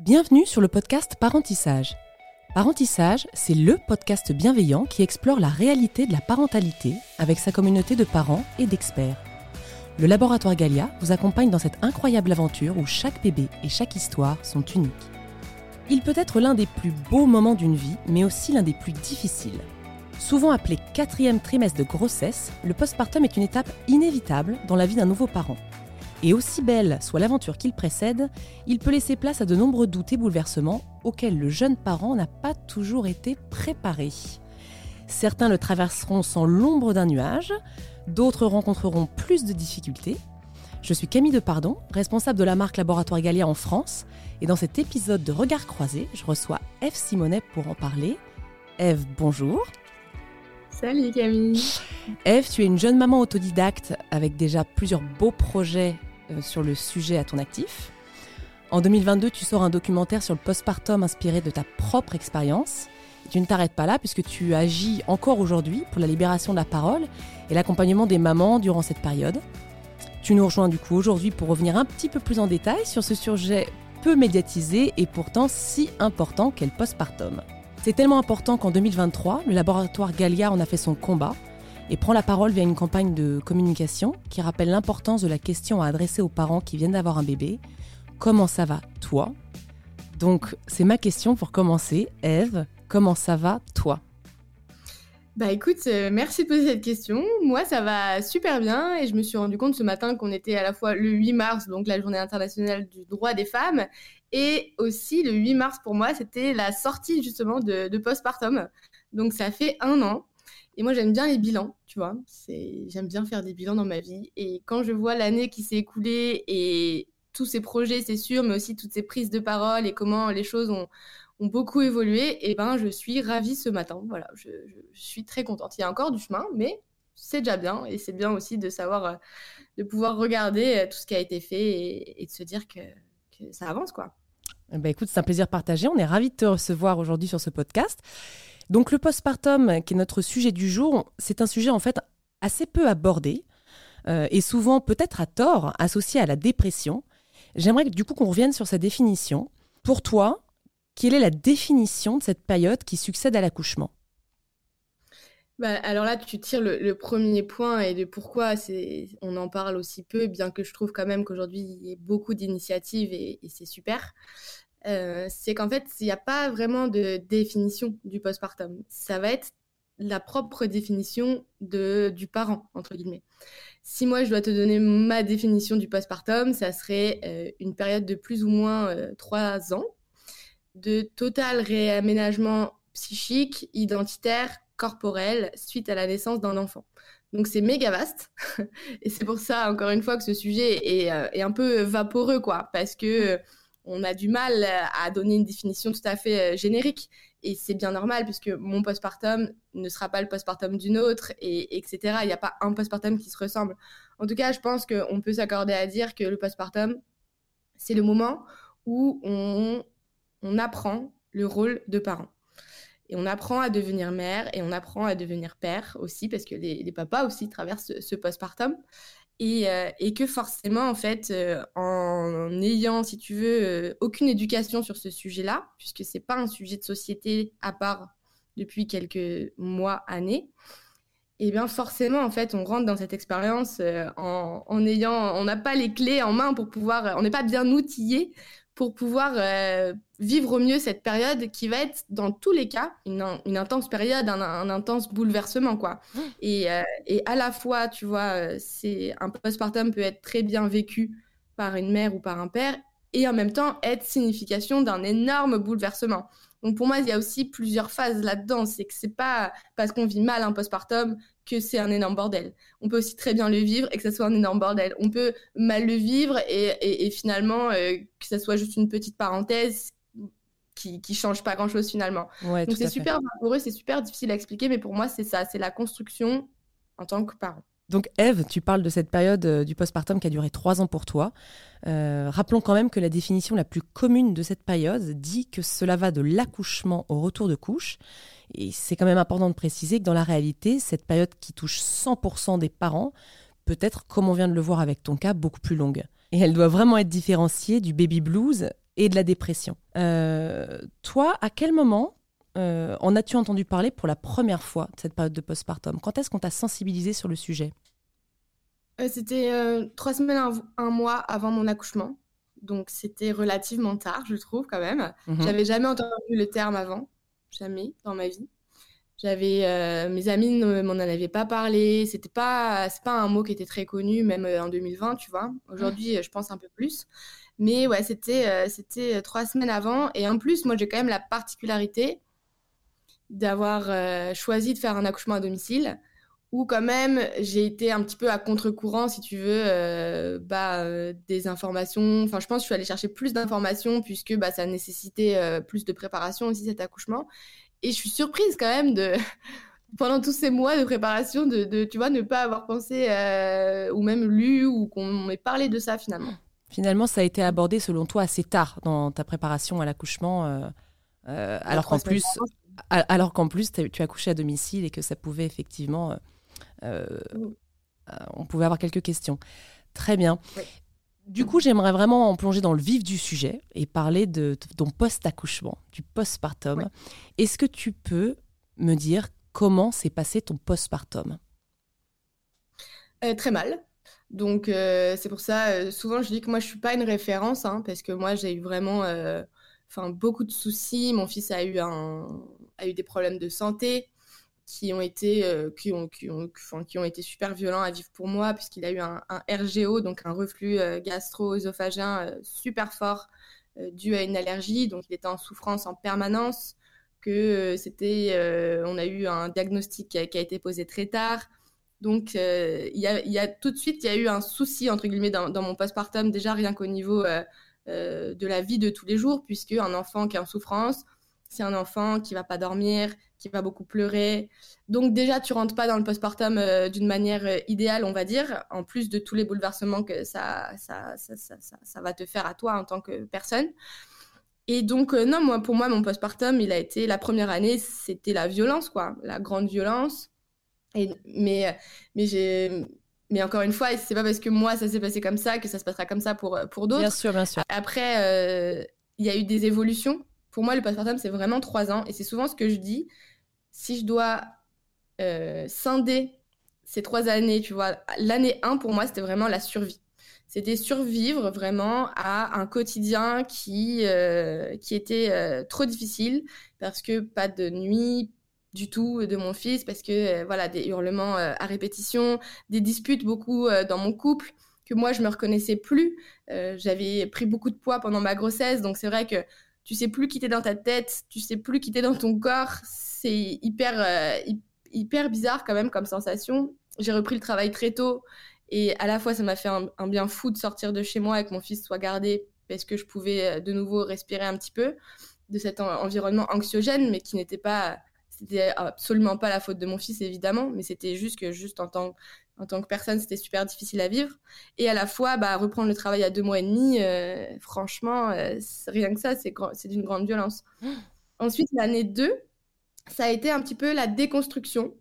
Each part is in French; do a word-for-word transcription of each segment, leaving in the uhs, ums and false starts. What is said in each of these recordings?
Bienvenue sur le podcast Parentissage. Parentissage, c'est le podcast bienveillant qui explore la réalité de la parentalité avec sa communauté de parents et d'experts. Le laboratoire Galia vous accompagne dans cette incroyable aventure où chaque bébé et chaque histoire sont uniques. Il peut être l'un des plus beaux moments d'une vie, mais aussi l'un des plus difficiles. Souvent appelé quatrième trimestre de grossesse, le postpartum est une étape inévitable dans la vie d'un nouveau parent. Et aussi belle soit l'aventure qui le précède, il peut laisser place à de nombreux doutes et bouleversements auxquels le jeune parent n'a pas toujours été préparé. Certains le traverseront sans l'ombre d'un nuage, d'autres rencontreront plus de difficultés. Je suis Camille Depardon, responsable de la marque Laboratoire Galia en France, et dans cet épisode de Regards croisés, je reçois Ève Simonet pour en parler. Ève, bonjour. Salut Camille. Ève, tu es une jeune maman autodidacte avec déjà plusieurs beaux projets euh, sur le sujet à ton actif. En deux mille vingt-deux, tu sors un documentaire sur le postpartum inspiré de ta propre expérience. Et tu ne t'arrêtes pas là puisque tu agis encore aujourd'hui pour la libération de la parole et l'accompagnement des mamans durant cette période. Tu nous rejoins du coup aujourd'hui pour revenir un petit peu plus en détail sur ce sujet peu médiatisé et pourtant si important qu'est le postpartum. C'est tellement important qu'en deux mille vingt-trois, le laboratoire Galia en a fait son combat et prend la parole via une campagne de communication qui rappelle l'importance de la question à adresser aux parents qui viennent d'avoir un bébé. Comment ça va, toi ? Donc, c'est ma question pour commencer. Ève, comment ça va, toi ? Bah écoute, euh, merci de poser cette question. Moi, ça va super bien et je me suis rendu compte ce matin qu'on était à la fois le huit mars, donc la journée internationale du droit des femmes, et aussi le huit mars pour moi, c'était la sortie justement de, de postpartum. Donc ça fait un an. Et moi, j'aime bien les bilans, tu vois. C'est... J'aime bien faire des bilans dans ma vie. Et quand je vois l'année qui s'est écoulée et tous ces projets, c'est sûr, mais aussi toutes ces prises de parole et comment les choses ont, ont beaucoup évolué, et ben, je suis ravie ce matin. Voilà, je, je, je suis très contente. Il y a encore du chemin, mais c'est déjà bien. Et c'est bien aussi de savoir, euh, de pouvoir regarder tout ce qui a été fait et, et de se dire que, que ça avance, quoi. Ben écoute, c'est un plaisir partagé. On est ravis de te recevoir aujourd'hui sur ce podcast. Donc le postpartum, qui est notre sujet du jour, c'est un sujet en fait assez peu abordé euh, et souvent peut-être à tort associé à la dépression. J'aimerais du coup qu'on revienne sur sa définition. Pour toi, quelle est la définition de cette période qui succède à l'accouchement ? Bah, alors là, tu tires le, le premier point et de pourquoi c'est, on en parle aussi peu, bien que je trouve quand même qu'aujourd'hui, il y a beaucoup d'initiatives et, et c'est super. Euh, c'est qu'en fait, il n'y a pas vraiment de définition du postpartum. Ça va être la propre définition de, du parent, entre guillemets. Si moi, je dois te donner ma définition du postpartum, ça serait euh, une période de plus ou moins euh, trois ans, de total réaménagement psychique, identitaire, corporel, suite à la naissance d'un enfant. Donc c'est méga vaste, et c'est pour ça, encore une fois, que ce sujet est, euh, est un peu vaporeux, quoi, parce que... Euh, on a du mal à donner une définition tout à fait générique. Et c'est bien normal, puisque mon postpartum ne sera pas le postpartum d'une autre, et, etc. Il n'y a pas un postpartum qui se ressemble. En tout cas, je pense qu'on peut s'accorder à dire que le postpartum, c'est le moment où on, on apprend le rôle de parent. Et on apprend à devenir mère, et on apprend à devenir père aussi, parce que les, les papas aussi traversent ce, ce postpartum. Et, euh, et que forcément, en fait, euh, en n'ayant, si tu veux, euh, aucune éducation sur ce sujet-là, puisque c'est pas un sujet de société à part depuis quelques mois, années, et bien forcément, en fait, on rentre dans cette expérience euh, en, en ayant, on n'a pas les clés en main pour pouvoir, on n'est pas bien outillé pour pouvoir euh, vivre au mieux cette période qui va être, dans tous les cas, une, une intense période, un, un intense bouleversement, quoi. Mmh. Et, euh, et à la fois, tu vois, c'est, un postpartum peut être très bien vécu par une mère ou par un père, et en même temps être signification d'un énorme bouleversement. Donc pour moi, il y a aussi plusieurs phases là-dedans. C'est que c'est pas parce qu'on vit mal un postpartum que c'est un énorme bordel. On peut aussi très bien le vivre et que ça soit un énorme bordel. On peut mal le vivre et, et, et finalement euh, que ça soit juste une petite parenthèse qui, qui change pas grand-chose finalement. Ouais, donc c'est super fait. vaporeux, c'est super difficile à expliquer, mais pour moi, c'est ça, c'est la construction en tant que parent. Donc Ève, tu parles de cette période euh, du postpartum qui a duré trois ans pour toi. Euh, rappelons quand même que la définition la plus commune de cette période dit que cela va de l'accouchement au retour de couche. Et c'est quand même important de préciser que dans la réalité, cette période qui touche cent pour cent des parents peut être, comme on vient de le voir avec ton cas, beaucoup plus longue. Et elle doit vraiment être différenciée du baby blues et de la dépression. Euh, toi, à quel moment euh, en as-tu entendu parler pour la première fois de cette période de postpartum ? Quand est-ce qu'on t'a sensibilisé sur le sujet ? euh, C'était euh, trois semaines, un, un mois avant mon accouchement. Donc, c'était relativement tard, je trouve, quand même. Mm-hmm. J'avais jamais entendu le terme avant. Jamais dans ma vie. J'avais, euh, mes amis ne m'en avaient pas parlé. C'était pas, c'est pas un mot qui était très connu, même en deux mille vingt, tu vois. Aujourd'hui, je pense un peu plus. Mais ouais, c'était, euh, c'était trois semaines avant. Et en plus, moi, j'ai quand même la particularité d'avoir euh, choisi de faire un accouchement à domicile, où quand même, j'ai été un petit peu à contre-courant, si tu veux, euh, bah, euh, des informations. Enfin, je pense que je suis allée chercher plus d'informations, puisque bah, ça nécessitait euh, plus de préparation aussi, cet accouchement. Et je suis surprise quand même de, pendant tous ces mois de préparation, de, de tu vois, ne pas avoir pensé euh, ou même lu ou qu'on m'ait parlé de ça finalement. Finalement, ça a été abordé selon toi assez tard dans ta préparation à l'accouchement, euh, euh, alors, qu'en plus, alors qu'en plus, tu as accouché à domicile et que ça pouvait effectivement... Euh, mmh. euh, on pouvait avoir quelques questions. Très bien. Oui. Du coup, j'aimerais vraiment en plonger dans le vif du sujet et parler de ton post-accouchement, du postpartum. Ouais. Est-ce que tu peux me dire comment s'est passé ton postpartum ? euh, Très mal. Donc, euh, c'est pour ça, euh, souvent, je dis que moi, je ne suis pas une référence, hein, parce que moi, j'ai eu vraiment euh, beaucoup de soucis. Mon fils a eu, un, a eu des problèmes de santé qui ont été, euh, qui ont, qui ont, enfin, qui ont été super violents à vivre pour moi, puisqu'il a eu un, un R G O, donc un reflux euh, gastro-œsophagien euh, super fort, euh, dû à une allergie. Donc, il était en souffrance en permanence, que euh, c'était, euh, on a eu un diagnostic qui a, qui a été posé très tard. Donc, euh, il y a, y a, tout de suite, il y a eu un souci, entre guillemets, dans, dans mon postpartum, déjà rien qu'au niveau euh, euh, de la vie de tous les jours, puisque un enfant qui est en souffrance, c'est un enfant qui ne va pas dormir, qui va beaucoup pleurer. Donc déjà, tu ne rentres pas dans le postpartum euh, d'une manière euh, idéale, on va dire, en plus de tous les bouleversements que ça, ça, ça, ça, ça, ça va te faire à toi en tant que personne. Et donc, euh, non, moi, pour moi, mon postpartum, il a été, la première année, c'était la violence, quoi, la grande violence. Et, mais, mais, j'ai, mais encore une fois, c'est pas parce que moi, ça s'est passé comme ça que ça se passera comme ça pour, pour d'autres. Bien sûr, bien sûr. Après, euh, il y a eu des évolutions. Pour moi, le postpartum, c'est vraiment trois ans. Et c'est souvent ce que je dis. Si je dois euh, scinder ces trois années, tu vois, l'année un, pour moi, c'était vraiment la survie. C'était survivre vraiment à un quotidien qui, euh, qui était euh, trop difficile parce que pas de nuit du tout de mon fils, parce que euh, voilà, des hurlements euh, à répétition, des disputes beaucoup euh, dans mon couple, que moi, je me reconnaissais plus. Euh, j'avais pris beaucoup de poids pendant ma grossesse, donc c'est vrai que tu sais plus qui t'es dans ta tête, tu sais plus qui t'es dans ton corps. C'est hyper, euh, hyper bizarre quand même comme sensation. J'ai repris le travail très tôt et à la fois, ça m'a fait un, un bien fou de sortir de chez moi et que mon fils soit gardé parce que je pouvais de nouveau respirer un petit peu de cet en- environnement anxiogène, mais qui n'était pas... C'était absolument pas la faute de mon fils, évidemment, mais c'était juste que, juste en tant, en tant que personne, c'était super difficile à vivre. Et à la fois, bah, reprendre le travail à deux mois et demi, euh, franchement, euh, rien que ça, c'est, grand, c'est d'une grande violence. Mmh. Ensuite, l'année deux, ça a été un petit peu la déconstruction,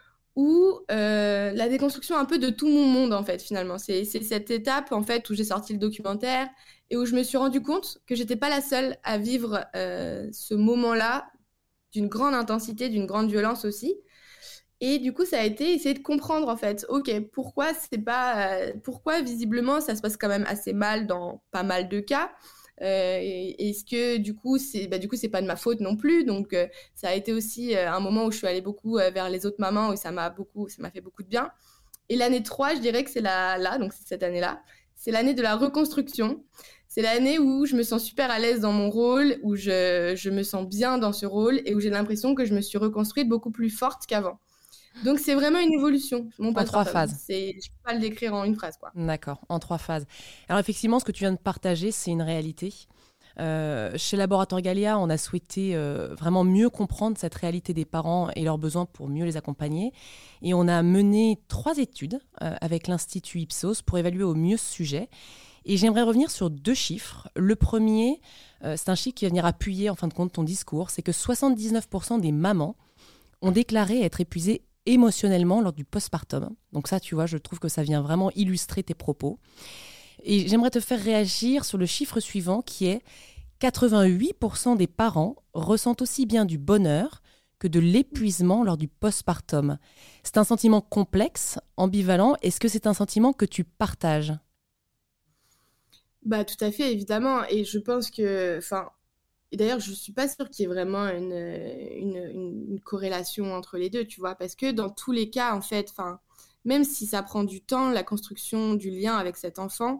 ou euh, la déconstruction un peu de tout mon monde, en fait, finalement. C'est, c'est cette étape, en fait, où j'ai sorti le documentaire et où je me suis rendu compte que j'étais pas la seule à vivre euh, ce moment-là d'une grande intensité, d'une grande violence aussi. Et du coup, ça a été essayer de comprendre, en fait, ok, pourquoi c'est pas... Euh, pourquoi, visiblement, ça se passe quand même assez mal dans pas mal de cas. Euh, et, est-ce que, du coup, c'est, bah, du coup, c'est pas de ma faute non plus. Donc, euh, ça a été aussi euh, un moment où je suis allée beaucoup euh, vers les autres mamans, où ça m'a, beaucoup, ça m'a fait beaucoup de bien. Et l'année trois, je dirais que c'est la, là, donc c'est cette année-là, c'est l'année de la reconstruction. C'est l'année où je me sens super à l'aise dans mon rôle, où je, je me sens bien dans ce rôle et où j'ai l'impression que je me suis reconstruite beaucoup plus forte qu'avant. Donc, c'est vraiment une évolution. Mon en trois phases. C'est, je ne peux pas le décrire en une phrase, quoi. D'accord, en trois phases. Alors, effectivement, ce que tu viens de partager, c'est une réalité. Euh, chez Laboratoire Gallia, on a souhaité euh, vraiment mieux comprendre cette réalité des parents et leurs besoins pour mieux les accompagner. Et on a mené trois études euh, avec l'Institut Ipsos pour évaluer au mieux ce sujet. Et j'aimerais revenir sur deux chiffres. Le premier, euh, c'est un chiffre qui va venir appuyer en fin de compte ton discours, c'est que soixante-dix-neuf pour cent des mamans ont déclaré être épuisées émotionnellement lors du postpartum. Donc ça, tu vois, je trouve que ça vient vraiment illustrer tes propos. Et j'aimerais te faire réagir sur le chiffre suivant qui est quatre-vingt-huit pour cent des parents ressentent aussi bien du bonheur que de l'épuisement lors du postpartum. C'est un sentiment complexe, ambivalent. Est-ce que c'est un sentiment que tu partages ? Bah, tout à fait, évidemment. Et je pense que... Enfin, et d'ailleurs, je ne suis pas sûre qu'il y ait vraiment une, une, une, une corrélation entre les deux, tu vois. Parce que dans tous les cas, en fait, enfin, même si ça prend du temps, la construction du lien avec cet enfant,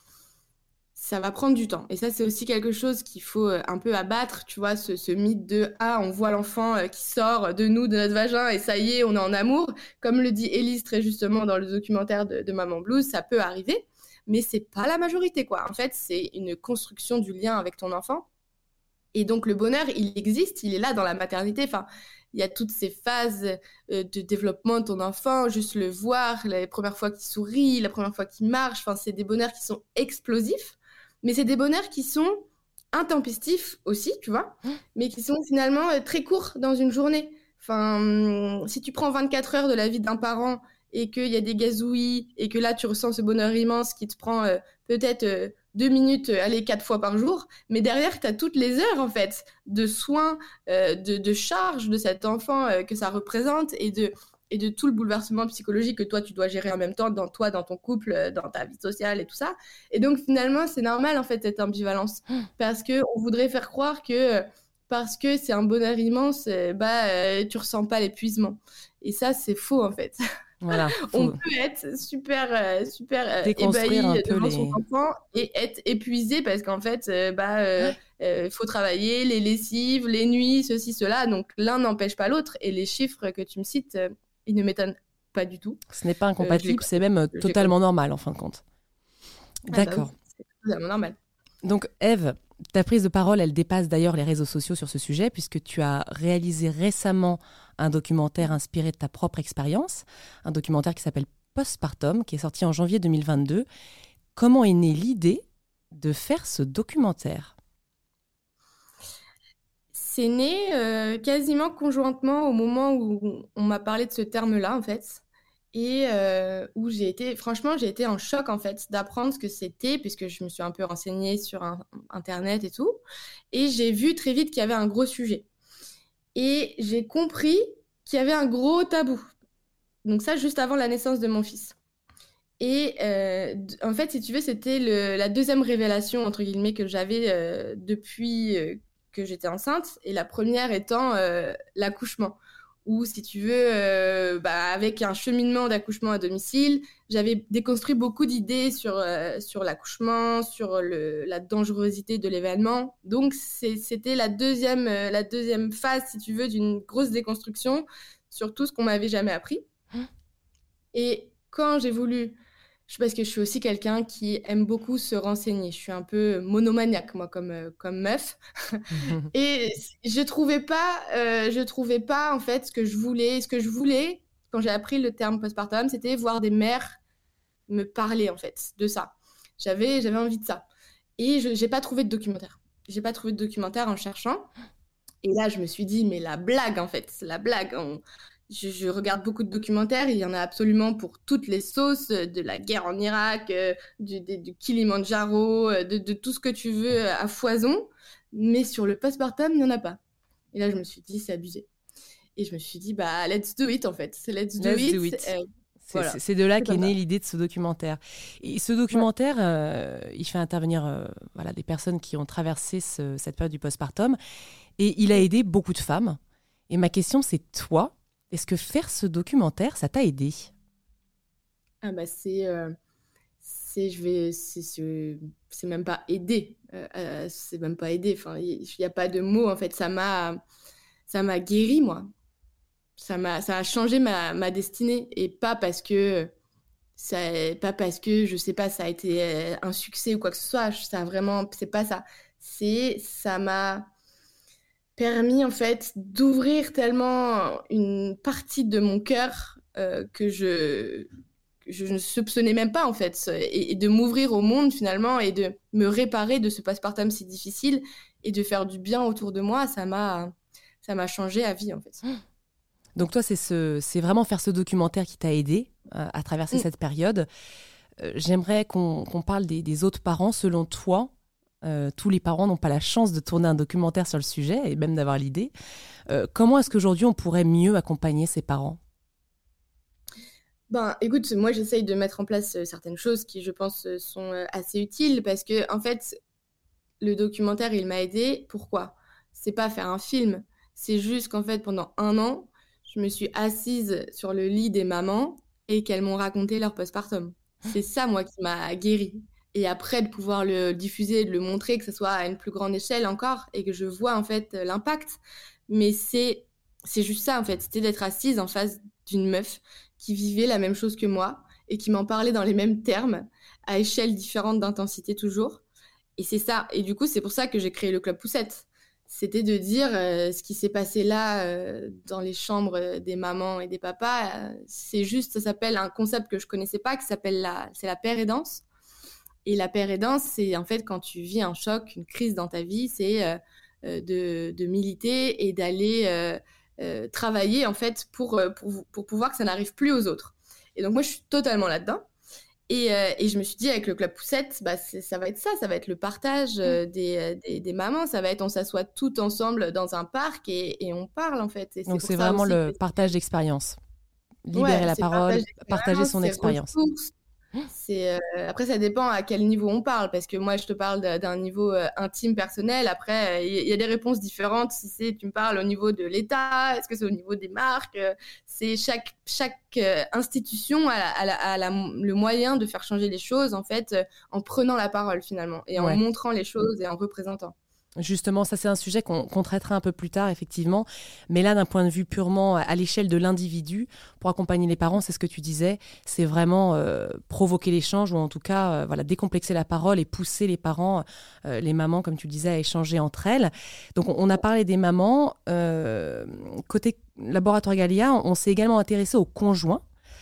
ça va prendre du temps. Et ça, c'est aussi quelque chose qu'il faut un peu abattre, tu vois, ce, ce mythe de « Ah, on voit l'enfant qui sort de nous, de notre vagin, et ça y est, on est en amour ». Comme le dit Élise très justement dans le documentaire de, de Maman Blues, ça peut arriver, mais c'est pas la majorité, quoi. En fait, c'est une construction du lien avec ton enfant. Et donc, le bonheur, il existe, il est là dans la maternité. Enfin, il y a toutes ces phases de développement de ton enfant, juste le voir, la première fois qu'il sourit, la première fois qu'il marche. Enfin, c'est des bonheurs qui sont explosifs. Mais c'est des bonheurs qui sont intempestifs aussi, tu vois, mais qui sont finalement euh, très courts dans une journée. Enfin, hum, si tu prends vingt-quatre heures de la vie d'un parent et qu'il y a des gazouillis et que là, tu ressens ce bonheur immense qui te prend euh, peut-être euh, deux minutes, euh, allez, quatre fois par jour, mais derrière, tu as toutes les heures, en fait, de soins, euh, de, de charge de cet enfant euh, que ça représente et de... et de tout le bouleversement psychologique que toi, tu dois gérer en même temps, dans toi, dans ton couple, dans ta vie sociale et tout ça. Et donc, finalement, c'est normal, en fait, cette ambivalence. Parce qu'on voudrait faire croire que parce que c'est un bonheur immense, bah, euh, tu ressens pas l'épuisement. Et ça, c'est faux, en fait. Voilà, on peut être super, euh, super euh, ébahi devant les... son enfant et être épuisé parce qu'en fait, euh, bah, euh, euh, faut travailler, les lessives, les nuits, ceci, cela. Donc, l'un n'empêche pas l'autre. Et les chiffres que tu me cites... Euh, il ne m'étonne pas du tout. Ce n'est pas incompatible, euh, c'est même totalement normal en fin de compte. Ah D'accord. bah oui, c'est totalement normal. Donc Ève, ta prise de parole, elle dépasse d'ailleurs les réseaux sociaux sur ce sujet puisque tu as réalisé récemment un documentaire inspiré de ta propre expérience, un documentaire qui s'appelle Postpartum, qui est sorti en janvier deux mille vingt-deux. Comment est née l'idée de faire ce documentaire ? C'est né euh, quasiment conjointement au moment où on m'a parlé de ce terme-là, en fait, et euh, où j'ai été, franchement, j'ai été en choc, en fait, d'apprendre ce que c'était, puisque je me suis un peu renseignée sur un, Internet et tout, et j'ai vu très vite qu'il y avait un gros sujet. Et j'ai compris qu'il y avait un gros tabou. Donc ça, juste avant la naissance de mon fils. Et euh, en fait, si tu veux, c'était le, la deuxième révélation, entre guillemets, que j'avais euh, depuis... Euh, que j'étais enceinte, et la première étant euh, l'accouchement, où si tu veux, euh, bah, avec un cheminement d'accouchement à domicile, j'avais déconstruit beaucoup d'idées sur, euh, sur l'accouchement, sur le, la dangerosité de l'événement. Donc c'est, c'était la deuxième, euh, la deuxième phase, si tu veux, d'une grosse déconstruction sur tout ce qu'on m'avait jamais appris. Mmh. Et quand j'ai voulu... Parce que je suis aussi quelqu'un qui aime beaucoup se renseigner. Je suis un peu monomaniaque, moi, comme, euh, comme meuf. Et je trouvais pas, euh, je trouvais pas, en fait, ce que je voulais. Ce que je voulais, quand j'ai appris le terme postpartum, c'était voir des mères me parler, en fait, de ça. J'avais, j'avais envie de ça. Et je n'ai pas trouvé de documentaire. J'ai pas trouvé de documentaire en cherchant. Et là, je me suis dit, mais la blague, en fait, la blague, on... Je, je regarde beaucoup de documentaires, il y en a absolument pour toutes les sauces, de la guerre en Irak, euh, du, du, du Kilimandjaro, de, de tout ce que tu veux à foison, mais sur le postpartum, il n'y en a pas. Et là, je me suis dit, c'est abusé. Et je me suis dit, bah, let's do it, en fait. C'est let's do let's it. Do it. Euh, c'est, voilà. c'est, c'est de là c'est qu'est née l'idée de ce documentaire. Et ce documentaire, ouais. euh, il fait intervenir euh, voilà, des personnes qui ont traversé ce, cette période du postpartum, et il a aidé beaucoup de femmes. Et ma question, c'est toi, est-ce que faire ce documentaire, ça t'a aidé ? Ah bah c'est, euh, c'est, je vais, c'est, c'est, c'est même pas aider, euh, euh, c'est même pas aider. Enfin, il y, y a pas de mots en fait. Ça m'a, ça m'a guéri moi. Ça m'a, ça a changé ma, ma destinée et pas parce que ça, pas parce que je sais pas, ça a été un succès ou quoi que ce soit. Ça a vraiment, c'est pas ça. C'est, ça m'a permis en fait d'ouvrir tellement une partie de mon cœur euh, que je que je ne soupçonnais même pas en fait et, et de m'ouvrir au monde finalement et de me réparer de ce postpartum si difficile et de faire du bien autour de moi. Ça m'a ça m'a changé à vie en fait. Donc toi c'est ce c'est vraiment faire ce documentaire qui t'a aidé euh, à traverser mmh. cette période. Euh, j'aimerais qu'on qu'on parle des, des autres parents selon toi. Euh, tous les parents n'ont pas la chance de tourner un documentaire sur le sujet et même d'avoir l'idée. Euh, comment est-ce qu'aujourd'hui on pourrait mieux accompagner ces parents ? Ben, écoute, moi j'essaye de mettre en place certaines choses qui, je pense, sont assez utiles parce que, en fait, le documentaire, il m'a aidée. Pourquoi ? C'est pas faire un film, c'est juste qu'en fait, pendant un an, je me suis assise sur le lit des mamans et qu'elles m'ont raconté leur postpartum. C'est ça, moi, qui m'a guérie. Et après, de pouvoir le diffuser, de le montrer, que ce soit à une plus grande échelle encore, et que je vois, en fait, l'impact. Mais c'est, c'est juste ça, en fait. C'était d'être assise en face d'une meuf qui vivait la même chose que moi et qui m'en parlait dans les mêmes termes, à échelle différente d'intensité toujours. Et c'est ça. Et du coup, c'est pour ça que j'ai créé le Club Poussette. C'était de dire euh, ce qui s'est passé là euh, dans les chambres des mamans et des papas. Euh, c'est juste, ça s'appelle un concept que je connaissais pas, qui s'appelle la, c'est la paire-aidance. Et la paire-aidance, c'est en fait quand tu vis un choc, une crise dans ta vie, c'est euh, de, de militer et d'aller euh, euh, travailler en fait pour, pour, pour pouvoir que ça n'arrive plus aux autres. Et donc moi, je suis totalement là-dedans. Et, euh, et je me suis dit, avec le Club Poussette, bah, c'est, ça va être ça, ça va être le partage euh, des, des, des mamans, ça va être on s'assoit toutes ensemble dans un parc et, et on parle en fait. Et Donc c'est, c'est pour ça vraiment aussi le que... partage d'expérience. Libérer Ouais, la c'est parole, partage partager d'expérience, son c'est expérience. ressources. C'est, euh, après, ça dépend à quel niveau on parle, parce que moi, je te parle de, d'un niveau euh, intime, personnel. Après, il euh, y, y a des réponses différentes. Si c'est, tu me parles au niveau de l'État, est-ce que c'est au niveau des marques euh, C'est chaque, chaque euh, institution a, la, a, la, a la, le moyen de faire changer les choses, en fait, euh, en prenant la parole, finalement, et en Ouais. montrant les choses et en représentant. Justement, ça c'est un sujet qu'on, qu'on traitera un peu plus tard, effectivement. Mais là, d'un point de vue purement à l'échelle de l'individu, pour accompagner les parents, c'est ce que tu disais, c'est vraiment euh, provoquer l'échange ou en tout cas euh, voilà, décomplexer la parole et pousser les parents, euh, les mamans, comme tu disais, à échanger entre elles. Donc on, on a parlé des mamans. Euh, côté laboratoire Gallia, on, on s'est également intéressé aux conjoints.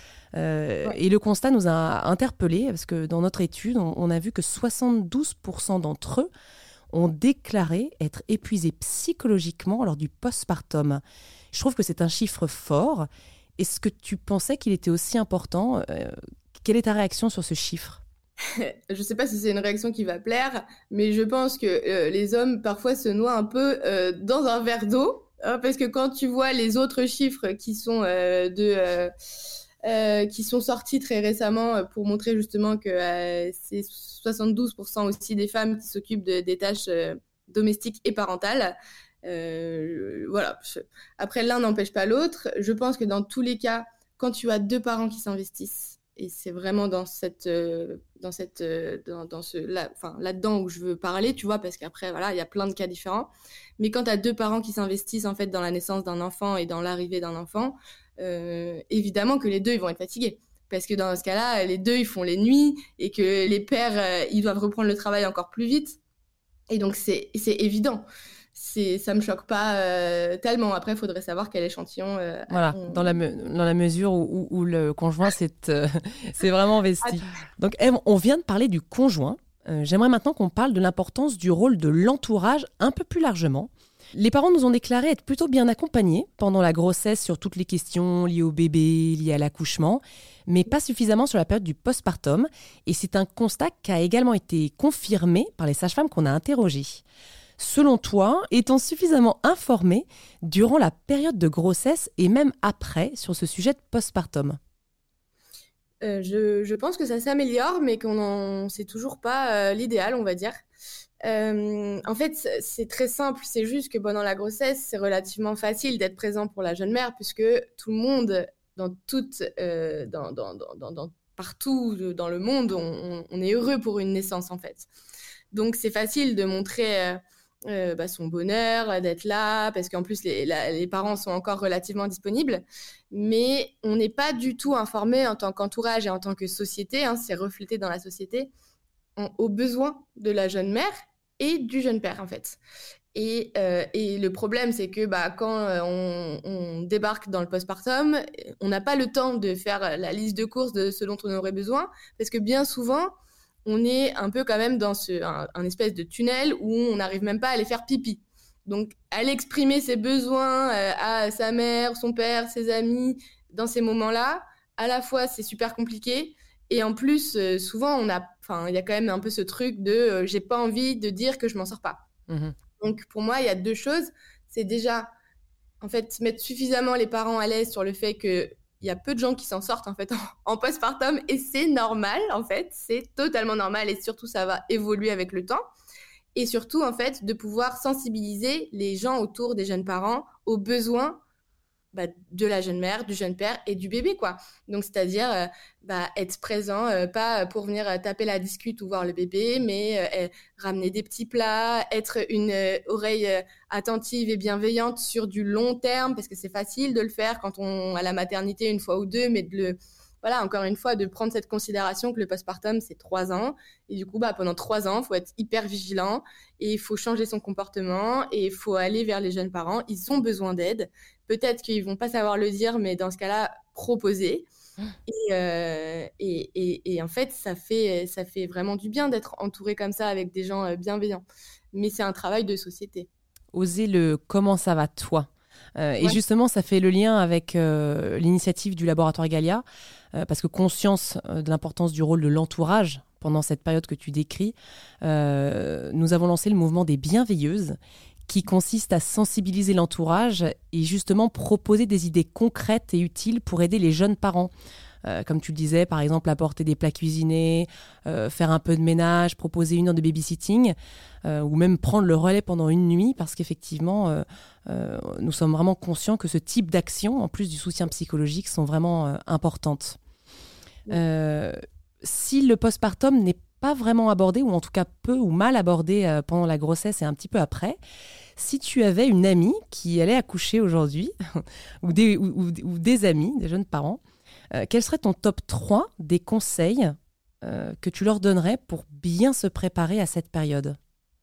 Euh, ouais. Et le constat nous a interpellés parce que dans notre étude, on, on a vu que soixante-douze pour cent d'entre eux ont déclaré être épuisés psychologiquement lors du postpartum. Je trouve que c'est un chiffre fort. Est-ce que tu pensais qu'il était aussi important ? euh, Quelle est ta réaction sur ce chiffre ? Je ne sais pas si c'est une réaction qui va plaire, mais je pense que euh, les hommes parfois se noient un peu euh, dans un verre d'eau, hein, parce que quand tu vois les autres chiffres qui sont euh, de... Euh, Euh, qui sont sortis très récemment pour montrer justement que euh, c'est soixante-douze pour cent aussi des femmes qui s'occupent de, des tâches euh, domestiques et parentales. Euh, voilà. Après, l'un n'empêche pas l'autre. Je pense que dans tous les cas, quand tu as deux parents qui s'investissent, et c'est vraiment dans cette, euh, dans cette, euh, dans, dans ce, là, enfin là-dedans où je veux parler, tu vois, parce qu'après voilà, il y a plein de cas différents. Mais quand tu as deux parents qui s'investissent en fait dans la naissance d'un enfant et dans l'arrivée d'un enfant, euh, évidemment que les deux ils vont être fatigués. Parce que dans ce cas-là, les deux ils font les nuits et que les pères euh, ils doivent reprendre le travail encore plus vite. Et donc c'est, c'est évident. C'est, ça me choque pas euh, tellement. Après, il faudrait savoir quel échantillon. Euh, voilà, on... dans, la me, dans la mesure où, où, où le conjoint c'est, euh, c'est vraiment investi. Donc, Ève, on vient de parler du conjoint. Euh, j'aimerais maintenant qu'on parle de l'importance du rôle de l'entourage un peu plus largement. Les parents nous ont déclaré être plutôt bien accompagnés pendant la grossesse sur toutes les questions liées au bébé, liées à l'accouchement, mais pas suffisamment sur la période du postpartum. Et c'est un constat qui a également été confirmé par les sages-femmes qu'on a interrogées. Selon toi, est-on suffisamment informé durant la période de grossesse et même après sur ce sujet de postpartum ? euh, je, je pense que ça s'améliore, mais qu'on en sait toujours pas euh, l'idéal, on va dire. Euh, en fait, c'est très simple. C'est juste que pendant la grossesse, c'est relativement facile d'être présent pour la jeune mère, puisque tout le monde, dans toute, euh, dans, dans, dans, dans, partout dans le monde, on, on est heureux pour une naissance, en fait. Donc, c'est facile de montrer... Euh, Euh, bah, son bonheur, d'être là, parce qu'en plus les, la, les parents sont encore relativement disponibles, mais on n'est pas du tout informé en tant qu'entourage et en tant que société, hein, c'est reflété dans la société, en, aux besoins de la jeune mère et du jeune père en fait. Et, euh, et le problème, c'est que bah, quand on, on débarque dans le postpartum, on n'a pas le temps de faire la liste de courses de ce dont on aurait besoin, parce que bien souvent, on est un peu quand même dans ce, un, un espèce de tunnel où on n'arrive même pas à aller faire pipi. Donc, aller exprimer ses besoins euh, à sa mère, son père, ses amis, dans ces moments-là, à la fois, c'est super compliqué Et en plus, euh, souvent, on a, enfin, il y a quand même un peu ce truc de euh, j'ai pas envie de dire que je m'en sors pas. Mmh. Donc, pour moi, il y a deux choses. C'est déjà, en fait, mettre suffisamment les parents à l'aise sur le fait qu'il y a peu de gens qui s'en sortent, en fait, en, en postpartum. Et c'est normal, en fait. C'est totalement normal. Et surtout, ça va évoluer avec le temps. Et surtout, en fait, de pouvoir sensibiliser les gens autour des jeunes parents aux besoins bah, de la jeune mère, du jeune père et du bébé, quoi. Donc, c'est-à-dire euh, bah, être présent, euh, pas pour venir euh, taper la discute ou voir le bébé, mais euh, ramener des petits plats, être une euh, oreille euh, attentive et bienveillante sur du long terme, parce que c'est facile de le faire quand on a la maternité une fois ou deux, mais de le... Voilà, encore une fois, de prendre cette considération que le postpartum, c'est trois ans. Et du coup, bah, pendant trois ans, il faut être hyper vigilant et il faut changer son comportement et il faut aller vers les jeunes parents. Ils ont besoin d'aide. Peut-être qu'ils ne vont pas savoir le dire, mais dans ce cas-là, proposer. Et, euh, et, et, et en fait, ça fait, ça fait vraiment du bien d'être entouré comme ça avec des gens bienveillants. Mais c'est un travail de société. Oser le « comment ça va toi ?» Euh, et ouais. justement, ça fait le lien avec euh, l'initiative du laboratoire Galia, euh, parce que conscience euh, de l'importance du rôle de l'entourage pendant cette période que tu décris, euh, nous avons lancé le mouvement des bienveilleuses, qui consiste à sensibiliser l'entourage et justement proposer des idées concrètes et utiles pour aider les jeunes parents. Euh, comme tu le disais, par exemple, apporter des plats cuisinés, euh, faire un peu de ménage, proposer une heure de babysitting, euh, ou même prendre le relais pendant une nuit, parce qu'effectivement, euh, euh, nous sommes vraiment conscients que ce type d'actions, en plus du soutien psychologique, sont vraiment euh, importantes. Oui. Euh, si le postpartum n'est pas vraiment abordé, ou en tout cas peu ou mal abordé euh, pendant la grossesse et un petit peu après, si tu avais une amie qui allait accoucher aujourd'hui, ou, des, ou, ou, ou des amis, des jeunes parents, Euh, quel serait ton top trois des conseils euh, que tu leur donnerais pour bien se préparer à cette période ?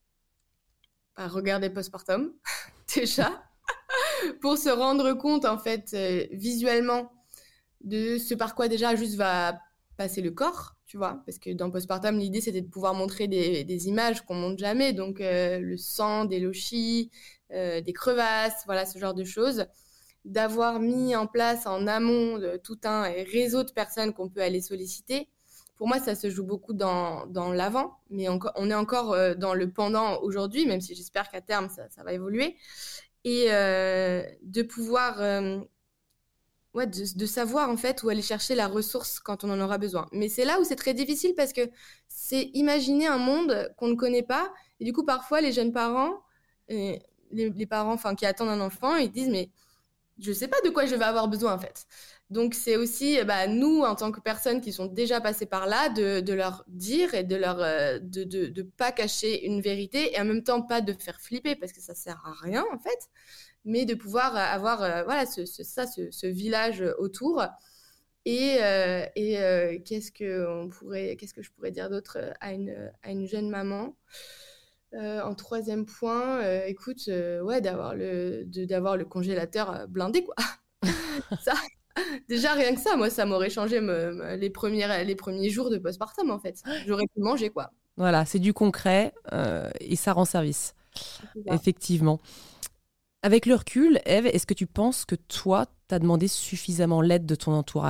Bah, regarder postpartum, déjà, pour se rendre compte, en fait, euh, visuellement, de ce par quoi déjà juste va passer le corps, tu vois, parce que dans postpartum, l'idée, c'était de pouvoir montrer des, des images qu'on montre jamais, donc euh, le sang, des lochies, euh, des crevasses, voilà, ce genre de choses. D'avoir mis en place en amont de tout un réseau de personnes qu'on peut aller solliciter. Pour moi, ça se joue beaucoup dans, dans l'avant, mais encore, on est encore euh, dans le pendant aujourd'hui, même si j'espère qu'à terme, ça, ça va évoluer. Et euh, de pouvoir, euh, ouais, de, de savoir en fait où aller chercher la ressource quand on en aura besoin. Mais c'est là où c'est très difficile parce que c'est imaginer un monde qu'on ne connaît pas. Et du coup, parfois, les jeunes parents, euh, les, les parents enfin, qui attendent un enfant, ils disent « mais je ne sais pas de quoi je vais avoir besoin, en fait. » Donc, c'est aussi, bah, nous, en tant que personnes qui sont déjà passées par là, de, de leur dire et de leur euh, de, de, de pas cacher une vérité et en même temps pas de faire flipper parce que ça sert à rien, en fait, mais de pouvoir avoir euh, voilà, ce, ce, ça, ce, ce village autour. Et, euh, et euh, qu'est-ce que on pourrait, qu'est-ce que je pourrais dire d'autre à une, à une jeune maman ? Euh, en troisième point, euh, écoute, euh, ouais, d'avoir le, de, d'avoir le congélateur blindé, quoi. Ça, déjà, rien que ça, moi, ça m'aurait changé me, me, les, premières, les premiers jours de postpartum, en fait. J'aurais pu manger, quoi. Voilà, c'est du concret euh, et ça rend service. Effectivement. Avec le recul, Ève, est-ce que tu penses que toi, tu as demandé suffisamment l'aide de ton entourage ?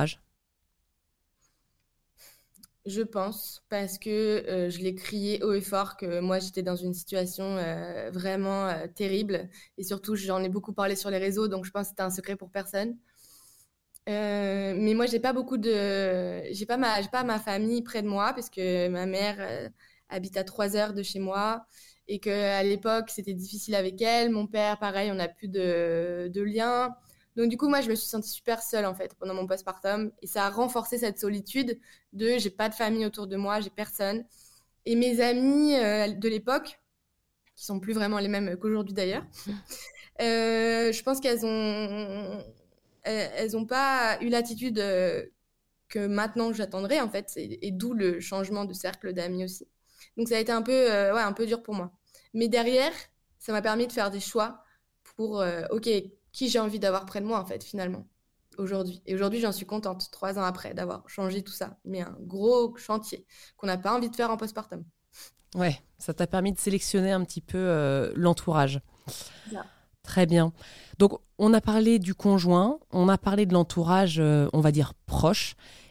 Je pense, parce que euh, je l'ai crié haut et fort que moi, j'étais dans une situation euh, vraiment euh, terrible. Et surtout, j'en ai beaucoup parlé sur les réseaux, donc je pense que c'était un secret pour personne. Euh, mais moi, j'ai pas beaucoup de... J'ai pas ma, j'ai pas ma famille près de moi, parce que ma mère euh, habite à trois heures de chez moi, et qu'à l'époque, c'était difficile avec elle. Mon père, pareil, on n'a plus de, de lien. Donc, du coup, moi, je me suis sentie super seule, en fait, pendant mon postpartum. Et ça a renforcé cette solitude de j'ai pas de famille autour de moi, j'ai personne. Et mes amies euh, de l'époque, qui sont plus vraiment les mêmes qu'aujourd'hui d'ailleurs, euh, je pense qu'elles ont, elles ont pas eu l'attitude euh, que maintenant j'attendrais, en fait. Et, et d'où le changement de cercle d'amis aussi. Donc, ça a été un peu, euh, ouais, un peu dur pour moi. Mais derrière, ça m'a permis de faire des choix pour, euh, OK, qui j'ai envie d'avoir près de moi, en fait, finalement, aujourd'hui. Et aujourd'hui, j'en suis contente, trois ans après, d'avoir changé tout ça. Mais un gros chantier qu'on n'a pas envie de faire en postpartum. Ouais, ça t'a permis de sélectionner un petit peu euh, l'entourage. Yeah. Très bien. Donc, on a parlé du conjoint, on a parlé de l'entourage, euh, on va dire, proche.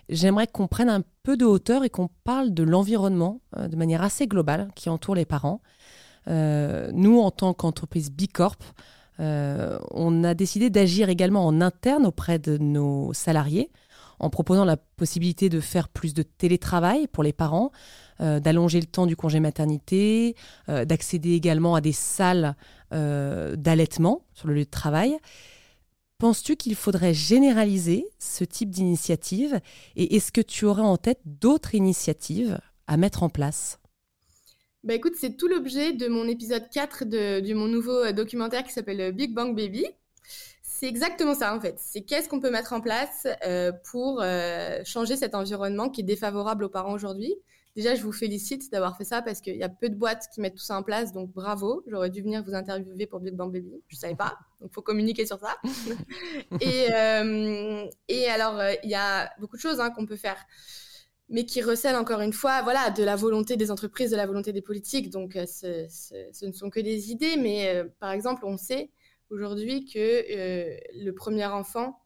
j'aimerais qu'on prenne un peu de hauteur et qu'on parle de l'environnement euh, de manière assez globale qui entoure les parents. Euh, nous, en tant qu'entreprise Bicorp, euh, on a décidé d'agir également en interne auprès de nos salariés en proposant la possibilité de faire plus de télétravail pour les parents, euh, d'allonger le temps du congé maternité, euh, d'accéder également à des salles euh, d'allaitement sur le lieu de travail. Penses-tu qu'il faudrait généraliser ce type d'initiative et est-ce que tu aurais en tête d'autres initiatives à mettre en place ? Bah écoute, c'est tout l'objet de mon épisode quatre de, de mon nouveau documentaire qui s'appelle Big Bang Baby. C'est exactement ça en fait. C'est qu'est-ce qu'on peut mettre en place euh, pour euh, changer cet environnement qui est défavorable aux parents aujourd'hui. Déjà, je vous félicite d'avoir fait ça parce qu'il y a peu de boîtes qui mettent tout ça en place, donc bravo. J'aurais dû venir vous interviewer pour Big Bang Baby, je ne savais pas, donc il faut communiquer sur ça. et, euh, et alors, il euh, y a beaucoup de choses hein, qu'on peut faire, mais qui recèlent encore une fois voilà, de la volonté des entreprises, de la volonté des politiques. Donc, euh, ce, ce, ce ne sont que des idées, mais euh, par exemple, on sait aujourd'hui que euh, le premier enfant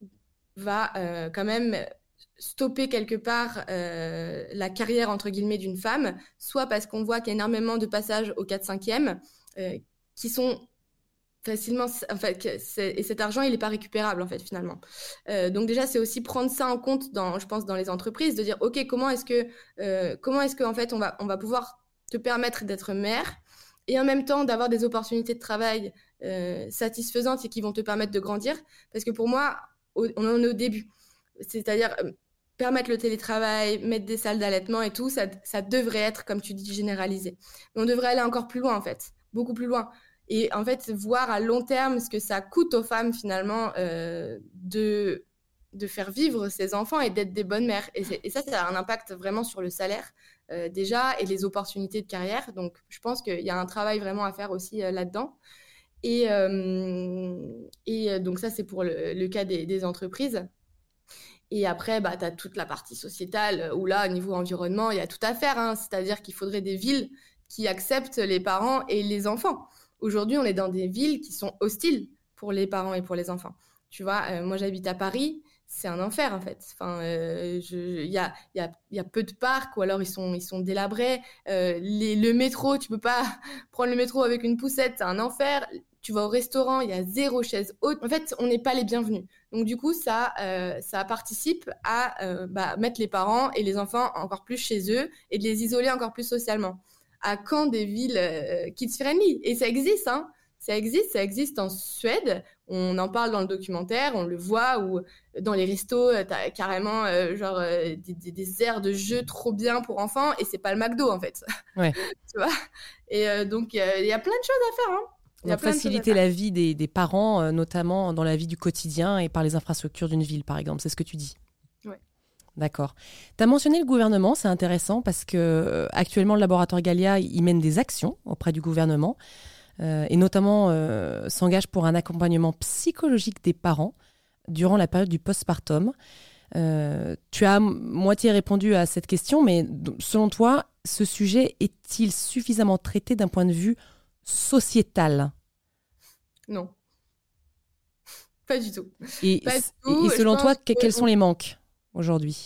va euh, quand même stopper quelque part euh, la carrière entre guillemets d'une femme, soit parce qu'on voit qu'il y a énormément de passages au quatre cinquième euh, qui sont facilement, en fait, et cet argent il n'est pas récupérable en fait finalement. Euh, donc déjà c'est aussi prendre ça en compte dans, je pense dans les entreprises, de dire ok comment est-ce que euh, comment est-ce que en fait on va on va pouvoir te permettre d'être mère et en même temps d'avoir des opportunités de travail euh, satisfaisantes et qui vont te permettre de grandir, parce que pour moi au, on en est au début, c'est-à-dire euh, permettre le télétravail, mettre des salles d'allaitement et tout, ça, ça devrait être, comme tu dis, généralisé. Mais on devrait aller encore plus loin, en fait, beaucoup plus loin. Et en fait, voir à long terme ce que ça coûte aux femmes, finalement, euh, de, de faire vivre ces enfants et d'être des bonnes mères. Et, et ça, ça a un impact vraiment sur le salaire, euh, déjà, et les opportunités de carrière. Donc, je pense qu'il y a un travail vraiment à faire aussi euh, là-dedans. Et, euh, et donc, ça, c'est pour le, le cas des, des entreprises. Et après, bah, tu as toute la partie sociétale où là, au niveau environnement, il y a tout à faire. Hein. C'est-à-dire qu'il faudrait des villes qui acceptent les parents et les enfants. Aujourd'hui, on est dans des villes qui sont hostiles pour les parents et pour les enfants. Tu vois, euh, moi, j'habite à Paris. C'est un enfer, en fait. Enfin, euh, il y a, y a, y a peu de parcs ou alors ils sont, ils sont délabrés. Euh, les, le métro, tu peux pas prendre le métro avec une poussette. C'est un enfer. Tu vas au restaurant, il y a zéro chaise haute. En fait, on n'est pas les bienvenus. Donc, du coup, ça, euh, ça participe à euh, bah, mettre les parents et les enfants encore plus chez eux et de les isoler encore plus socialement. À quand des villes euh, kids-friendly ? Et ça existe, hein. Ça existe, ça existe en Suède. On en parle dans le documentaire, on le voit, où dans les restos, t'as carrément euh, genre euh, des, des, des aires de jeux trop bien pour enfants et c'est pas le McDo, en fait. Ouais. Tu vois ? Et euh, donc, il euh, y a plein de choses à faire, hein. Donc, faciliter la vie des, des parents, euh, notamment dans la vie du quotidien et par les infrastructures d'une ville, par exemple. C'est ce que tu dis. Oui. D'accord. Tu as mentionné le gouvernement, c'est intéressant parce que euh, actuellement, le laboratoire Gallia, il mène des actions auprès du gouvernement euh, et notamment euh, s'engage pour un accompagnement psychologique des parents durant la période du postpartum. Euh, tu as moitié répondu à cette question, mais selon toi, ce sujet est-il suffisamment traité d'un point de vue sociétal ? Non. Pas du tout. Et, Pas du et, tout. et selon toi, que, quels on... sont les manques aujourd'hui ?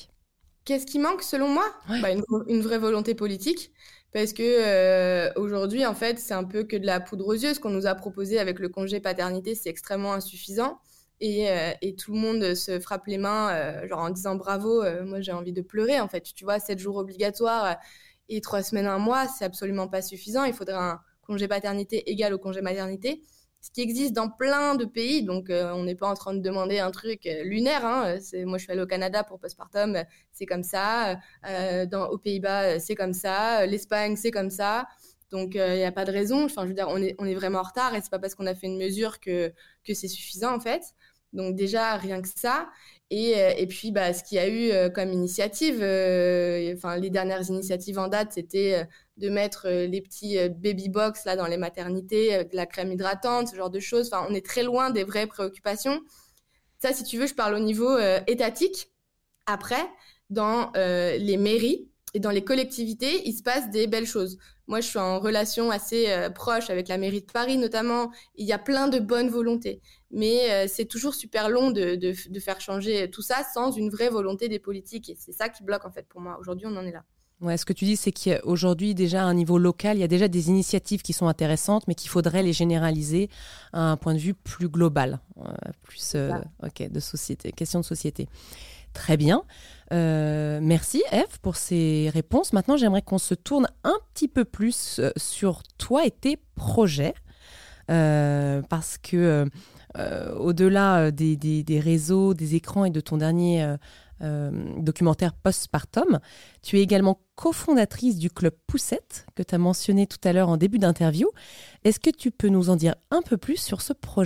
Qu'est-ce qui manque selon moi ? Ouais. bah, une, une vraie volonté politique. Parce que euh, aujourd'hui, en fait, c'est un peu que de la poudre aux yeux. Ce qu'on nous a proposé avec le congé paternité, c'est extrêmement insuffisant. Et, euh, et tout le monde se frappe les mains euh, genre en disant bravo. Euh, moi, j'ai envie de pleurer, en fait. Tu vois, sept jours obligatoires euh, et trois semaines, un mois, c'est absolument pas suffisant. Il faudrait un congé paternité égal au congé maternité. Ce qui existe dans plein de pays, donc euh, on n'est pas en train de demander un truc euh, lunaire. Hein. C'est, moi, je suis allée au Canada pour postpartum, euh, c'est comme ça. Euh, dans, aux Pays-Bas, c'est comme ça. L'Espagne, c'est comme ça. Donc, il euh, n'y a pas de raison. Enfin, je veux dire, on est, on est vraiment en retard et c'est pas parce qu'on a fait une mesure que, que c'est suffisant, en fait. Donc, déjà, rien que ça. Et, euh, et puis, bah, ce qu'il y a eu euh, comme initiative, euh, enfin, les dernières initiatives en date, c'était... Euh, de mettre euh, les petits euh, baby box là dans les maternités, euh, de la crème hydratante, ce genre de choses. Enfin, on est très loin des vraies préoccupations. Ça, si tu veux, je parle au niveau euh, étatique. Après, dans euh, les mairies, Et dans les collectivités, il se passe des belles choses. Moi, je suis en relation assez euh, proche avec la mairie de Paris, notamment. Il y a plein de bonnes volontés. Mais euh, c'est toujours super long de, de, de faire changer tout ça sans une vraie volonté des politiques. Et c'est ça qui bloque, en fait, pour moi. Aujourd'hui, on en est là. Ouais, ce que tu dis, c'est qu'aujourd'hui, déjà, à un niveau local, il y a déjà des initiatives qui sont intéressantes, mais qu'il faudrait les généraliser à un point de vue plus global, euh, plus euh, okay, de société, question de société. Très bien. Euh, merci, Eve, pour ces réponses. Maintenant, j'aimerais qu'on se tourne un petit peu plus sur toi et tes projets, euh, parce que euh, au-delà des, des, des réseaux, des écrans et de ton dernier euh, euh, documentaire Postpartum, tu es également cofondatrice du Club Poussette, que tu as mentionné tout à l'heure en début d'interview. Est-ce que tu peux nous en dire un peu plus sur ce projet ?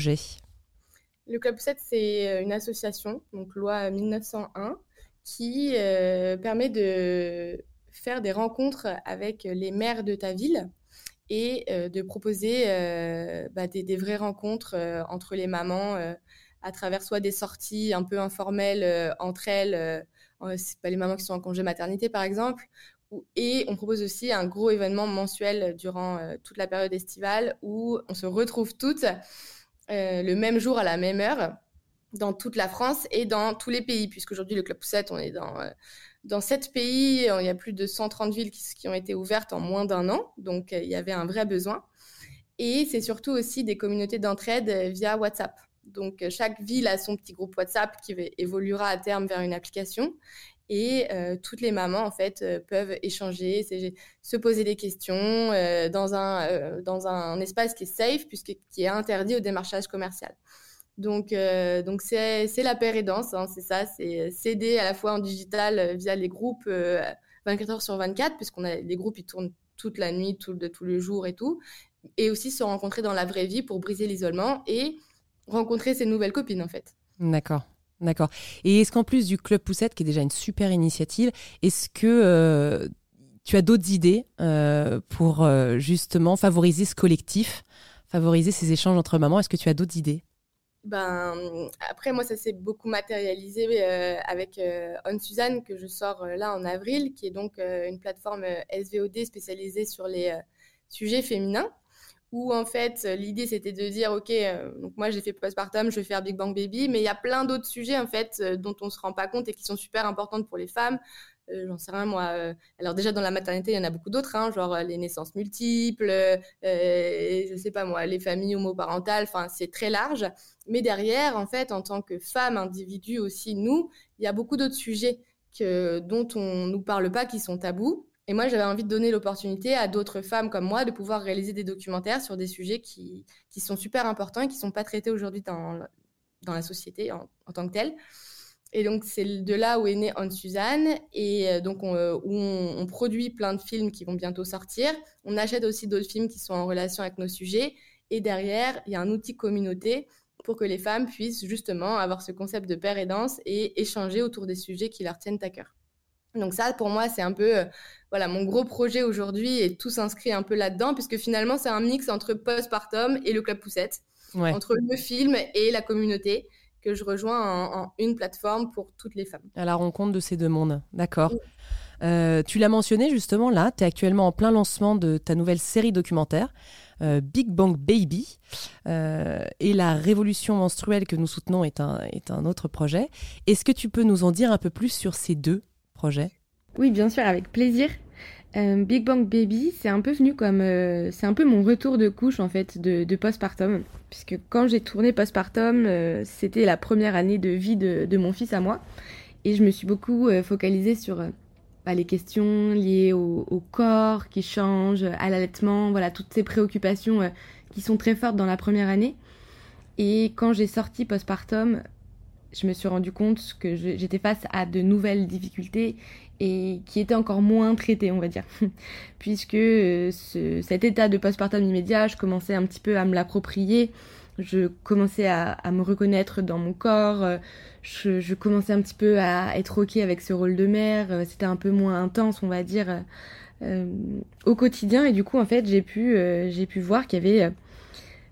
Le Club Poussette, c'est une association, donc loi mille neuf cent un, qui euh, permet de faire des rencontres avec les maires de ta ville et euh, de proposer euh, bah, des, des vraies rencontres euh, entre les mamans euh, à travers soit des sorties un peu informelles euh, entre elles, euh, c'est pas les mamans qui sont en congé maternité par exemple, ou, et on propose aussi un gros événement mensuel durant euh, toute la période estivale où on se retrouve toutes euh, le même jour à la même heure dans toute la France et dans tous les pays, puisqu'aujourd'hui, le Club Poussette, on est dans, euh, dans sept pays, il y a plus de cent trente villes qui, qui ont été ouvertes en moins d'un an, donc euh, il y avait un vrai besoin. Et c'est surtout aussi des communautés d'entraide via WhatsApp. Donc euh, chaque ville a son petit groupe WhatsApp qui évoluera à terme vers une application. Et euh, toutes les mamans, en fait, euh, peuvent échanger, se poser des questions euh, dans, un, euh, dans un espace qui est safe, puisque, qui est interdit au démarchage commercial. Donc, euh, donc c'est, c'est la paire et danse, hein, c'est ça, c'est s'aider à la fois en digital euh, via les groupes euh, vingt-quatre heures sur vingt-quatre, puisqu'on a les groupes, ils tournent toute la nuit, tout, de, tout le jour et tout, et aussi se rencontrer dans la vraie vie pour briser l'isolement et rencontrer ses nouvelles copines, en fait. D'accord. D'accord. Et est-ce qu'en plus du Club Poussette, qui est déjà une super initiative, est-ce que euh, tu as d'autres idées euh, pour euh, justement favoriser ce collectif, favoriser ces échanges entre mamans ? Est-ce que tu as d'autres idées ? Ben, après, moi, ça s'est beaucoup matérialisé euh, avec euh, On Suzanne, que je sors euh, là en avril, qui est donc euh, une plateforme euh, S V O D spécialisée sur les euh, sujets féminins, où en fait, l'idée, c'était de dire, OK, euh, donc moi, j'ai fait Postpartum, je vais faire Big Bang Baby, mais il y a plein d'autres sujets, en fait, euh, dont on ne se rend pas compte et qui sont super importantes pour les femmes. Euh, j'en sais rien, moi. Euh, alors déjà, dans la maternité, il y en a beaucoup d'autres, hein, genre euh, les naissances multiples, euh, je sais pas moi, les familles homoparentales, enfin, c'est très large. Mais derrière, en fait, en tant que femme, individu aussi, nous, il y a beaucoup d'autres sujets que, dont on nous parle pas, qui sont tabous. Et moi, j'avais envie de donner l'opportunité à d'autres femmes comme moi de pouvoir réaliser des documentaires sur des sujets qui, qui sont super importants et qui sont pas traités aujourd'hui dans, dans la société en, en tant que telle. Et donc, c'est de là où est née On Suzanne, et donc on, où on, on produit plein de films qui vont bientôt sortir. On achète aussi d'autres films qui sont en relation avec nos sujets. Et derrière, il y a un outil communauté pour que les femmes puissent justement avoir ce concept de paire et danse et échanger autour des sujets qui leur tiennent à cœur. Donc ça, pour moi, c'est un peu euh, voilà, mon gros projet aujourd'hui, et tout s'inscrit un peu là-dedans, puisque finalement, c'est un mix entre Postpartum et le Club Poussette, ouais. Entre le film et la communauté, que je rejoins en, en une plateforme pour toutes les femmes. À la rencontre de ces deux mondes, d'accord. Oui. Euh, tu l'as mentionné justement, là, tu es actuellement en plein lancement de ta nouvelle série documentaire, euh, Big Bang Baby, euh, et la révolution menstruelle que nous soutenons est un, est un autre projet. Est-ce que tu peux nous en dire un peu plus sur ces deux projets ? Oui, bien sûr, avec plaisir. Euh, Big Bang Baby, c'est un peu venu comme... Euh, c'est un peu mon retour de couche, en fait, de, de Postpartum. Puisque quand j'ai tourné Postpartum, euh, c'était la première année de vie de, de mon fils à moi. Et je me suis beaucoup euh, focalisée sur euh, bah, les questions liées au, au corps qui change, à l'allaitement, voilà, toutes ces préoccupations euh, qui sont très fortes dans la première année. Et quand j'ai sorti Postpartum, je me suis rendu compte que je, j'étais face à de nouvelles difficultés et qui étaient encore moins traitées, on va dire. Puisque euh, ce, cet état de postpartum immédiat, je commençais un petit peu à me l'approprier, je commençais à, à me reconnaître dans mon corps, euh, je, je commençais un petit peu à être ok avec ce rôle de mère, euh, c'était un peu moins intense, on va dire, euh, au quotidien. Et du coup, en fait, j'ai pu, euh, j'ai pu voir qu'il y avait... Euh,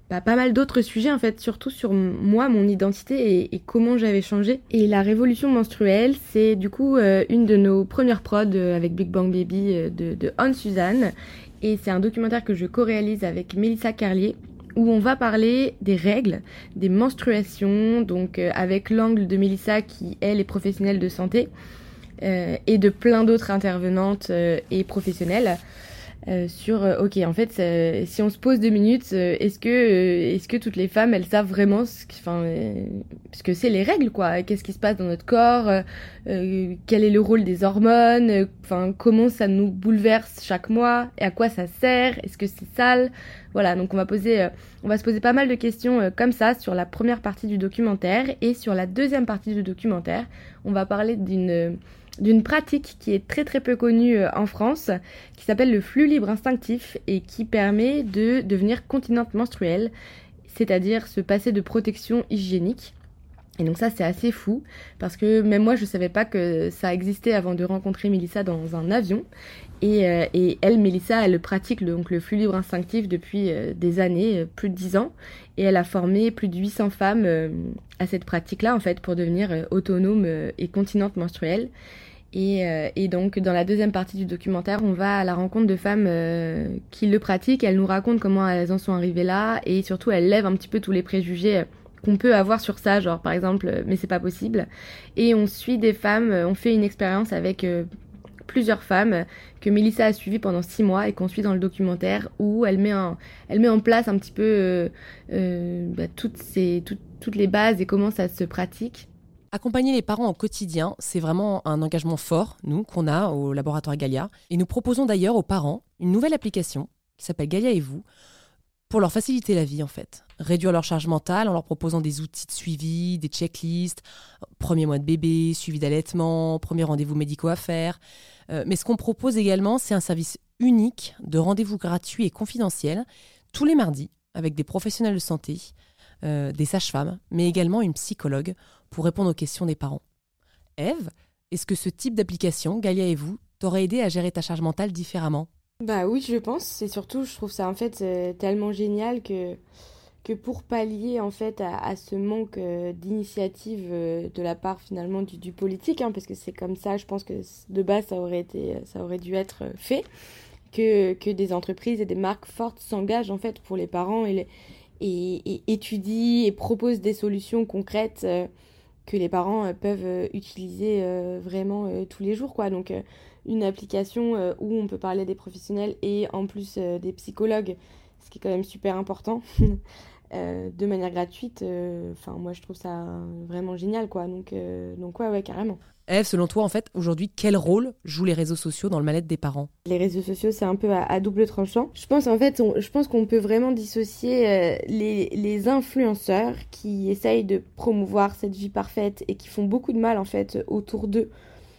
bah, pas mal d'autres sujets en fait, surtout sur moi, mon identité et, et comment j'avais changé. Et la révolution menstruelle, c'est du coup euh, une de nos premières prods euh, avec Big Bang Baby euh, de, de Anne-Suzanne. Et c'est un documentaire que je co-réalise avec Mélissa Carlier, où on va parler des règles, des menstruations, donc euh, avec l'angle de Mélissa qui, elle, est professionnelle de santé, euh, et de plein d'autres intervenantes euh, et professionnelles. Euh, sur euh, ok en fait euh, si on se pose deux minutes euh, est-ce que euh, est-ce que toutes les femmes elles savent vraiment ce que enfin euh, ce que c'est les règles quoi, qu'est-ce qui se passe dans notre corps, euh, euh, quel est le rôle des hormones, enfin euh, comment ça nous bouleverse chaque mois et à quoi ça sert, est-ce que c'est sale, voilà. Donc on va poser euh, on va se poser pas mal de questions euh, comme ça sur la première partie du documentaire. Et sur la deuxième partie du documentaire on va parler d'une euh, d'une pratique qui est très très peu connue en France, qui s'appelle le flux libre instinctif et qui permet de devenir continente menstruelle, c'est-à-dire se passer de protection hygiénique. Et donc ça c'est assez fou, parce que même moi je savais pas que ça existait avant de rencontrer Mélissa dans un avion. Et, euh, et elle, Mélissa, elle pratique le, donc le flux libre instinctif depuis euh, des années, euh, plus de dix ans. Et elle a formé plus de huit cents femmes euh, à cette pratique-là, en fait, pour devenir euh, autonomes euh, et continentes menstruelles. Et, euh, et donc, dans la deuxième partie du documentaire, on va à la rencontre de femmes euh, qui le pratiquent. Elles nous racontent comment elles en sont arrivées là. Et surtout, elles lèvent un petit peu tous les préjugés euh, qu'on peut avoir sur ça. Genre, par exemple, euh, mais c'est pas possible. Et on suit des femmes, euh, on fait une expérience avec... Euh, plusieurs femmes que Mélissa a suivies pendant six mois et qu'on suit dans le documentaire, où elle met en, elle met en place un petit peu euh, euh, bah, toutes, ces, tout, toutes les bases et comment ça se pratique. Accompagner les parents au quotidien, c'est vraiment un engagement fort, nous, qu'on a au laboratoire Galia. Et nous proposons d'ailleurs aux parents une nouvelle application qui s'appelle Galia et vous, pour leur faciliter la vie en fait. Réduire leur charge mentale en leur proposant des outils de suivi, des checklists, premier mois de bébé, suivi d'allaitement, premier rendez-vous médicaux à faire. Euh, mais ce qu'on propose également, c'est un service unique de rendez-vous gratuit et confidentiel tous les mardis avec des professionnels de santé, euh, des sages-femmes, mais également une psychologue pour répondre aux questions des parents. Ève, est-ce que ce type d'application, Galia et vous, t'aurait aidé à gérer ta charge mentale différemment ? Bah oui, je pense. Et surtout, je trouve ça en fait euh, tellement génial que, que pour pallier en fait à, à ce manque euh, d'initiative euh, de la part finalement du, du politique, hein, parce que c'est comme ça, je pense que de base ça aurait été, ça aurait dû être fait, que, que des entreprises et des marques fortes s'engagent en fait pour les parents et, les, et, et étudient et proposent des solutions concrètes euh, que les parents euh, peuvent euh, utiliser euh, vraiment euh, tous les jours, quoi. Donc euh, une application euh, où on peut parler des professionnels et en plus euh, des psychologues, ce qui est quand même super important, euh, de manière gratuite. Enfin, euh, moi, je trouve ça vraiment génial, quoi. Donc, euh, donc ouais, ouais, carrément. Ève, selon toi, en fait, aujourd'hui, quel rôle jouent les réseaux sociaux dans le mal-être des parents ? Les réseaux sociaux, c'est un peu à, à double tranchant. Je pense, en fait, on, je pense qu'on peut vraiment dissocier euh, les, les influenceurs qui essayent de promouvoir cette vie parfaite et qui font beaucoup de mal, en fait, autour d'eux.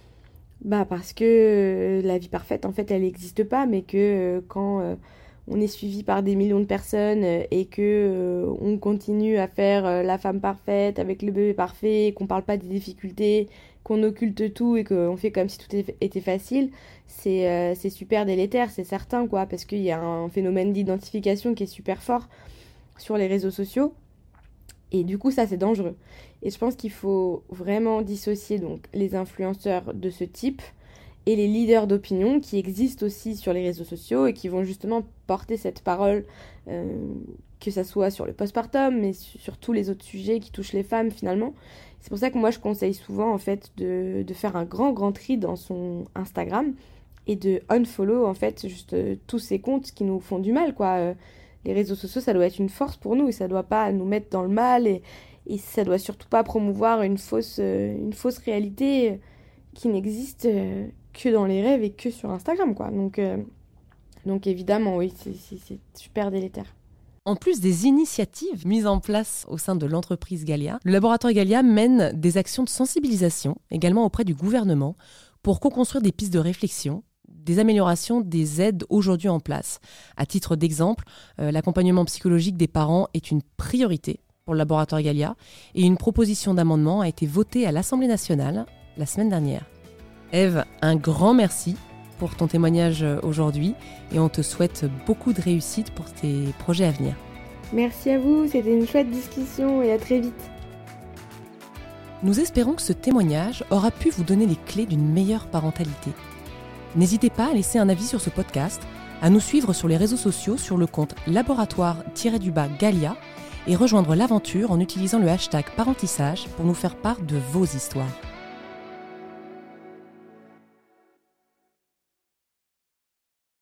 Bah parce que la vie parfaite en fait elle n'existe pas, mais que euh, quand euh, on est suivi par des millions de personnes euh, et que euh, on continue à faire euh, la femme parfaite avec le bébé parfait, qu'on parle pas des difficultés, qu'on occulte tout et qu'on fait comme si tout était facile, c'est euh, c'est super délétère, c'est certain quoi, parce qu'il y a un phénomène d'identification qui est super fort sur les réseaux sociaux. Et du coup, ça, c'est dangereux. Et je pense qu'il faut vraiment dissocier donc, les influenceurs de ce type et les leaders d'opinion qui existent aussi sur les réseaux sociaux et qui vont justement porter cette parole, euh, que ça soit sur le postpartum, mais sur tous les autres sujets qui touchent les femmes finalement. C'est pour ça que moi, je conseille souvent en fait de, de faire un grand, grand tri dans son Instagram et de unfollow en fait juste euh, tous ces comptes qui nous font du mal, quoi. Euh, Les réseaux sociaux, ça doit être une force pour nous et ça ne doit pas nous mettre dans le mal et, et ça ne doit surtout pas promouvoir une fausse, euh, une fausse réalité qui n'existe euh, que dans les rêves et que sur Instagram, quoi. Donc, euh, donc évidemment, oui, c'est, c'est, c'est super délétère. En plus des initiatives mises en place au sein de l'entreprise Galia, le laboratoire Galia mène des actions de sensibilisation également auprès du gouvernement pour co-construire des pistes de réflexion, des améliorations des aides aujourd'hui en place. À titre d'exemple, euh, l'accompagnement psychologique des parents est une priorité pour le laboratoire Galia et une proposition d'amendement a été votée à l'Assemblée nationale la semaine dernière. Ève, un grand merci pour ton témoignage aujourd'hui et on te souhaite beaucoup de réussite pour tes projets à venir. Merci à vous, c'était une chouette discussion et à très vite. Nous espérons que ce témoignage aura pu vous donner les clés d'une meilleure parentalité. N'hésitez pas à laisser un avis sur ce podcast, à nous suivre sur les réseaux sociaux sur le compte laboratoire-du-bas Galia et rejoindre l'aventure en utilisant le hashtag parentissage pour nous faire part de vos histoires.